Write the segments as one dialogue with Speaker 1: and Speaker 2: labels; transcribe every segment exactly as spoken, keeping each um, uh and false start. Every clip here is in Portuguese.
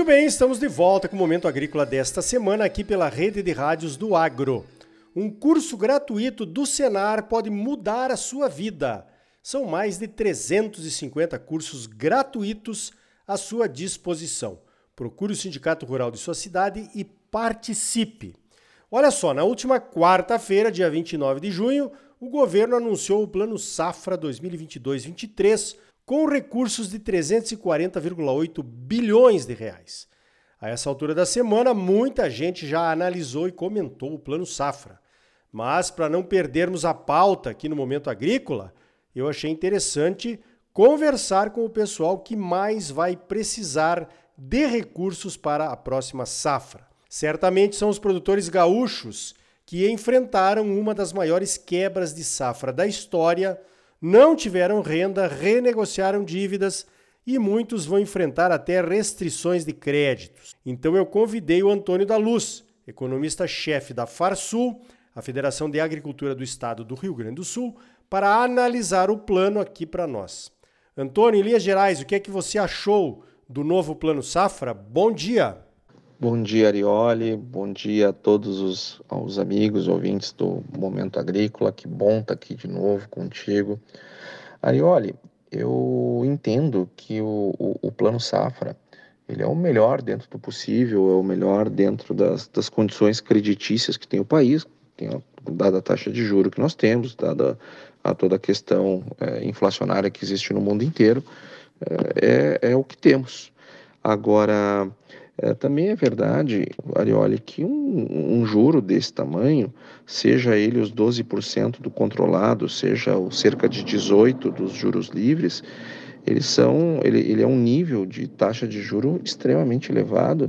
Speaker 1: Muito bem, estamos de volta com o Momento Agrícola desta semana aqui pela Rede de Rádios do Agro. Um curso gratuito do Senar pode mudar a sua vida. São mais de trezentos e cinquenta cursos gratuitos à sua disposição. Procure o Sindicato Rural de sua cidade e participe. Olha só, na última quarta-feira, dia vinte e nove de junho, o governo anunciou o Plano Safra dois mil e vinte e dois vinte e três com recursos de trezentos e quarenta vírgula oito bilhões de reais. A essa altura da semana, muita gente já analisou e comentou o Plano Safra. Mas, para não perdermos a pauta aqui no Momento Agrícola, eu achei interessante conversar com o pessoal que mais vai precisar de recursos para a próxima safra. Certamente são os produtores gaúchos que enfrentaram uma das maiores quebras de safra da história, não tiveram renda, renegociaram dívidas e muitos vão enfrentar até restrições de créditos. Então eu convidei o Antônio da Luz, economista-chefe da Farsul, a Federação de Agricultura do Estado do Rio Grande do Sul, para analisar o plano aqui para nós. Antônio, em linhas gerais, o que é que você achou do novo Plano Safra? Bom dia!
Speaker 2: Bom dia, Arioli. Bom dia a todos os, os amigos, ouvintes do Momento Agrícola. Que bom estar aqui de novo contigo. Arioli, eu entendo que o, o, o Plano Safra ele é o melhor dentro do possível, é o melhor dentro das, das condições creditícias que tem o país, tem a, dada a taxa de juro que nós temos, dada a toda a questão é, inflacionária que existe no mundo inteiro, é, é, é o que temos. Agora, é, também é verdade, Arioli, que um, um juro desse tamanho, seja ele os doze por cento do controlado, seja o cerca de dezoito por cento dos juros livres, eles são, ele, ele é um nível de taxa de juro extremamente elevado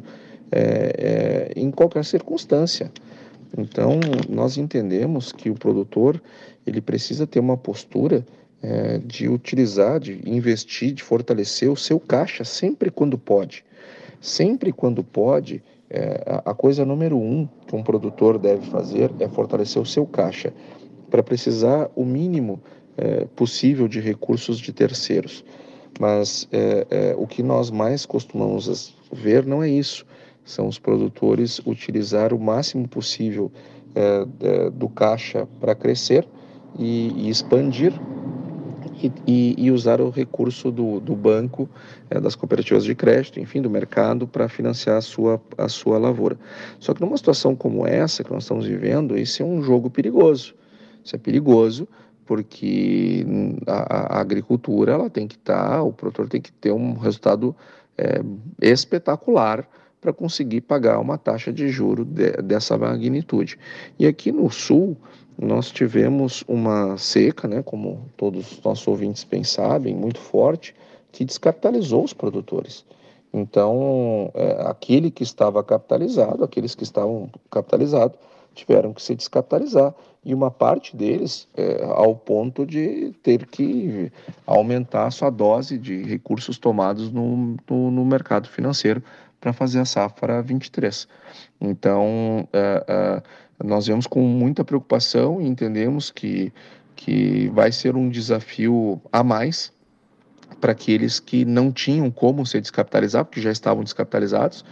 Speaker 2: é, é, em qualquer circunstância. Então, nós entendemos que o produtor ele precisa ter uma postura é, de utilizar, de investir, de fortalecer o seu caixa sempre quando pode. Sempre quando pode, é, a, a coisa número um que um produtor deve fazer é fortalecer o seu caixa para precisar o mínimo é, possível de recursos de terceiros. Mas é, é, o que nós mais costumamos ver não é isso. São os produtores utilizar o máximo possível é, é, do caixa para crescer e, e expandir e, e, e usar o recurso do, do banco, é, das cooperativas de crédito, enfim, do mercado para financiar a sua, a sua lavoura. Só que numa situação como essa que nós estamos vivendo, isso é um jogo perigoso. Isso é perigoso porque a, a agricultura ela tem que estar, tá, o produtor tem que ter um resultado é, espetacular para conseguir pagar uma taxa de juro de, dessa magnitude. E aqui no Sul, nós tivemos uma seca, né, como todos os nossos ouvintes bem sabem, muito forte, que descapitalizou os produtores. Então, é, aquele que estava capitalizado, aqueles que estavam capitalizados, tiveram que se descapitalizar. E uma parte deles, é, ao ponto de ter que aumentar a sua dose de recursos tomados no, no, no mercado financeiro para fazer a safra vinte e três. Então, é, é, nós vemos com muita preocupação e entendemos que, que vai ser um desafio a mais para aqueles que não tinham como se descapitalizar, porque já estavam descapitalizados,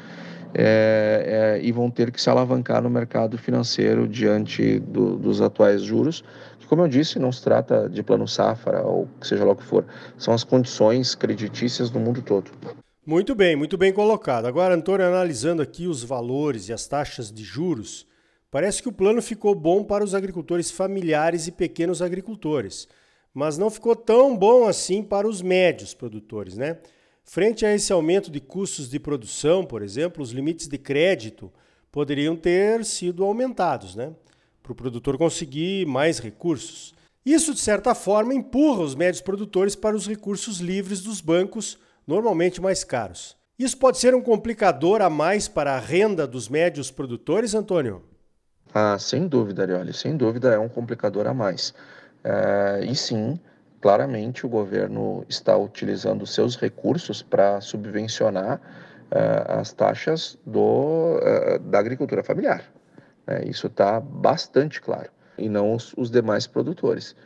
Speaker 2: é, é, e vão ter que se alavancar no mercado financeiro diante do, dos atuais juros, que, como eu disse, não se trata de plano safra ou seja lá o que for, são as condições creditícias do mundo todo.
Speaker 1: Muito bem, muito bem colocado. Agora, Antônio, analisando aqui os valores e as taxas de juros, parece que o plano ficou bom para os agricultores familiares e pequenos agricultores, mas não ficou tão bom assim para os médios produtores, né? Frente a esse aumento de custos de produção, por exemplo, os limites de crédito poderiam ter sido aumentados, né? Para o produtor conseguir mais recursos. Isso, de certa forma, empurra os médios produtores para os recursos livres dos bancos, normalmente mais caros. Isso pode ser um complicador a mais para a renda dos médios produtores, Antônio?
Speaker 2: Ah, sem dúvida, Arioli, sem dúvida é um complicador a mais. É, e sim, claramente o governo está utilizando seus recursos para subvencionar uh, as taxas do, uh, da agricultura familiar. É, isso está bastante claro, e não os, os demais produtores.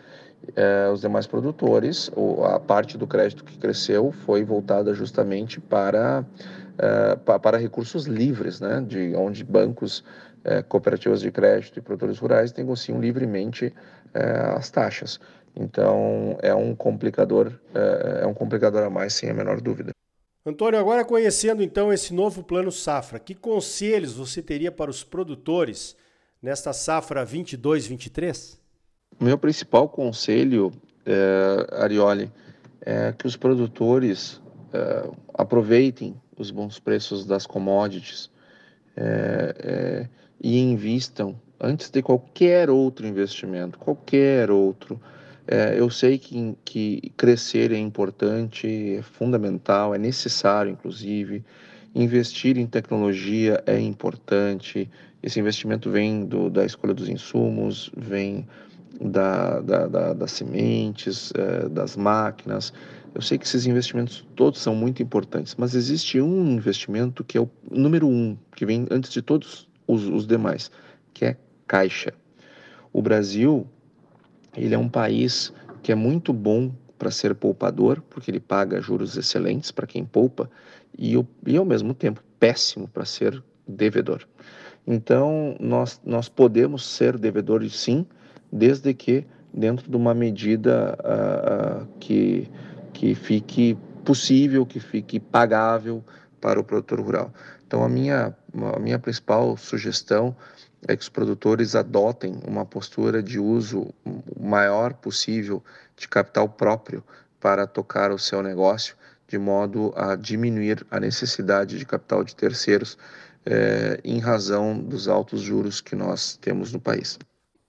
Speaker 2: eh, os demais produtores, ou a parte do crédito que cresceu foi voltada justamente para, eh, pa, para recursos livres, né, de onde bancos, eh, cooperativas de crédito e produtores rurais negociam livremente eh, as taxas. Então, é um complicador, eh, é um complicador a mais, sem a menor dúvida.
Speaker 1: Antônio, agora conhecendo então esse novo Plano Safra, que conselhos você teria para os produtores nesta safra vinte e dois, vinte e três?
Speaker 2: O meu principal conselho, é, Arioli, é que os produtores é, aproveitem os bons preços das commodities é, é, e invistam antes de qualquer outro investimento, qualquer outro. É, eu sei que, que crescer é importante, é fundamental, é necessário, inclusive. Investir em tecnologia é importante. Esse investimento vem do, da escolha dos insumos, vem da, da, da, das sementes, é, das máquinas. Eu sei que esses investimentos todos são muito importantes, mas existe um investimento que é o número um, que vem antes de todos os, os demais, que é caixa. O Brasil, ele é um país que é muito bom para ser poupador, porque ele paga juros excelentes para quem poupa, e, e ao mesmo tempo péssimo para ser devedor. Então, nós, nós podemos ser devedores sim, desde que dentro de uma medida uh, uh, que, que fique possível, que fique pagável para o produtor rural. Então, a minha, a minha principal sugestão é que os produtores adotem uma postura de uso maior possível de capital próprio para tocar o seu negócio, de modo a diminuir a necessidade de capital de terceiros, É, em razão dos altos juros que nós temos no país.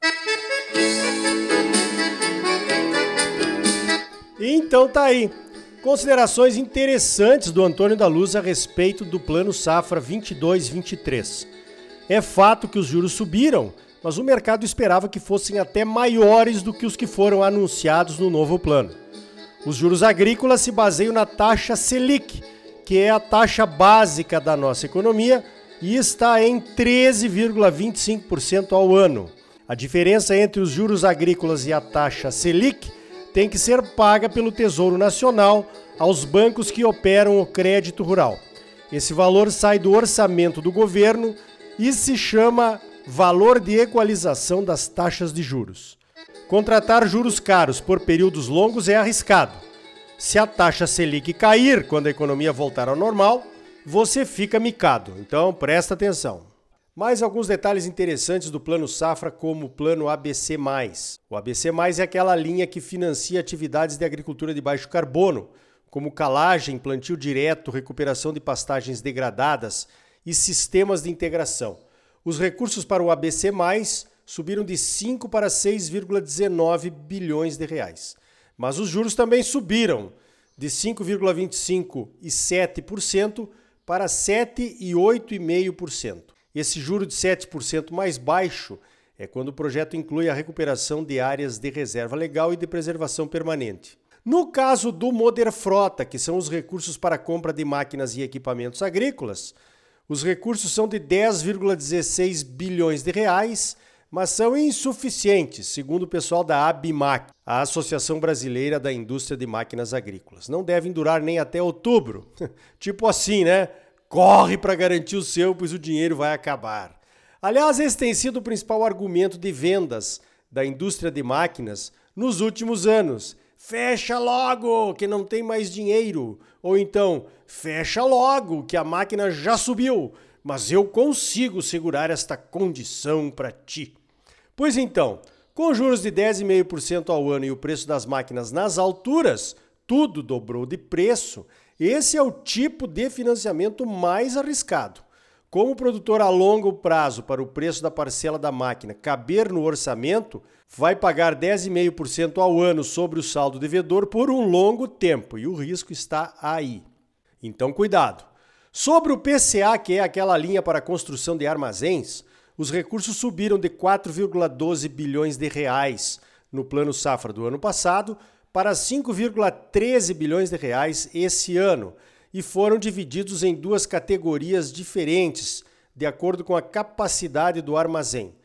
Speaker 1: Então tá aí. Considerações interessantes do Antônio da Luz a respeito do Plano Safra vinte e dois vinte e três. É fato que os juros subiram, mas o mercado esperava que fossem até maiores do que os que foram anunciados no novo plano. Os juros agrícolas se baseiam na taxa Selic, que é a taxa básica da nossa economia, e está em treze vírgula vinte e cinco por cento ao ano. A diferença entre os juros agrícolas e a taxa Selic tem que ser paga pelo Tesouro Nacional aos bancos que operam o crédito rural. Esse valor sai do orçamento do governo e se chama valor de equalização das taxas de juros. Contratar juros caros por períodos longos é arriscado. Se a taxa Selic cair quando a economia voltar ao normal, você fica micado, então presta atenção. Mais alguns detalhes interessantes do Plano Safra, como o Plano A B C mais. O A B C mais é aquela linha que financia atividades de agricultura de baixo carbono, como calagem, plantio direto, recuperação de pastagens degradadas e sistemas de integração. Os recursos para o A B C mais, subiram de cinco para seis vírgula dezenove bilhões de reais. Mas os juros também subiram, de cinco vírgula vinte e cinco e sete por cento para sete e oito vírgula cinco por cento. Esse juro de sete por cento mais baixo é quando o projeto inclui a recuperação de áreas de reserva legal e de preservação permanente. No caso do Moderfrota, que são os recursos para a compra de máquinas e equipamentos agrícolas, os recursos são de dez vírgula dezesseis bilhões de reais, mas são insuficientes, segundo o pessoal da ABMAC, a Associação Brasileira da Indústria de Máquinas Agrícolas. Não devem durar nem até outubro. Tipo assim, né? Corre para garantir o seu, pois o dinheiro vai acabar. Aliás, esse tem sido o principal argumento de vendas da indústria de máquinas nos últimos anos. Fecha logo, que não tem mais dinheiro. Ou então, fecha logo, que a máquina já subiu, mas eu consigo segurar esta condição para ti. Pois então, com juros de dez vírgula cinco por cento ao ano e o preço das máquinas nas alturas, tudo dobrou de preço. Esse é o tipo de financiamento mais arriscado. Como o produtor a longo prazo, para o preço da parcela da máquina caber no orçamento, vai pagar dez vírgula cinco por cento ao ano sobre o saldo devedor por um longo tempo, e o risco está aí. Então, cuidado. Sobre o P C A, que é aquela linha para a construção de armazéns, os recursos subiram de quatro vírgula doze bilhões de reais no Plano Safra do ano passado para cinco vírgula treze bilhões de reais esse ano e foram divididos em duas categorias diferentes, de acordo com a capacidade do armazém.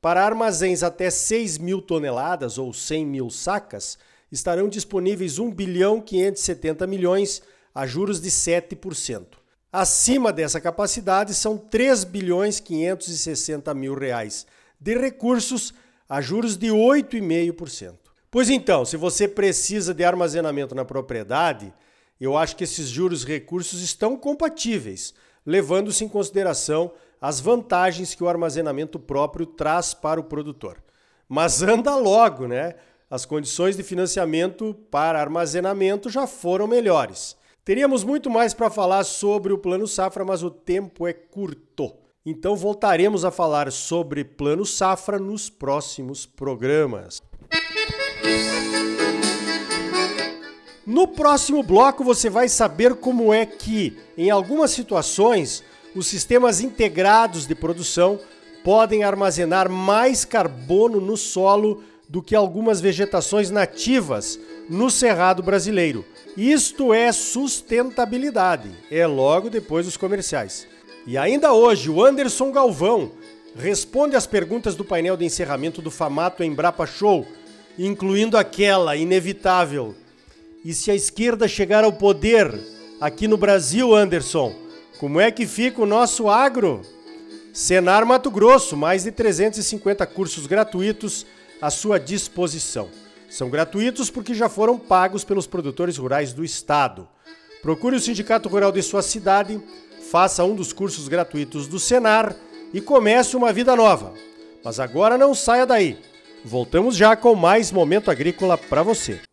Speaker 1: Para armazéns até seis mil toneladas ou cem mil sacas, estarão disponíveis um bilhão quinhentos e setenta milhões a juros de sete por cento. Acima dessa capacidade são três bilhões quinhentos e sessenta mil reais de recursos a juros de oito vírgula cinco por cento. Pois então, se você precisa de armazenamento na propriedade, eu acho que esses juros e recursos estão compatíveis, levando-se em consideração as vantagens que o armazenamento próprio traz para o produtor. Mas anda logo, né? As condições de financiamento para armazenamento já foram melhores. Teríamos muito mais para falar sobre o Plano Safra, mas o tempo é curto. Então voltaremos a falar sobre Plano Safra nos próximos programas. No próximo bloco você vai saber como é que, em algumas situações, os sistemas integrados de produção podem armazenar mais carbono no solo do que algumas vegetações nativas no Cerrado brasileiro. Isto é sustentabilidade. É logo depois dos comerciais. E ainda hoje, o Anderson Galvão responde às perguntas do painel de encerramento do Famato Embrapa Show, incluindo aquela inevitável: e se a esquerda chegar ao poder aqui no Brasil, Anderson, como é que fica o nosso agro? Senar Mato Grosso, mais de trezentos e cinquenta cursos gratuitos à sua disposição. São gratuitos porque já foram pagos pelos produtores rurais do estado. Procure o Sindicato Rural de sua cidade, faça um dos cursos gratuitos do Senar e comece uma vida nova. Mas agora não saia daí. Voltamos já com mais Momento Agrícola para você.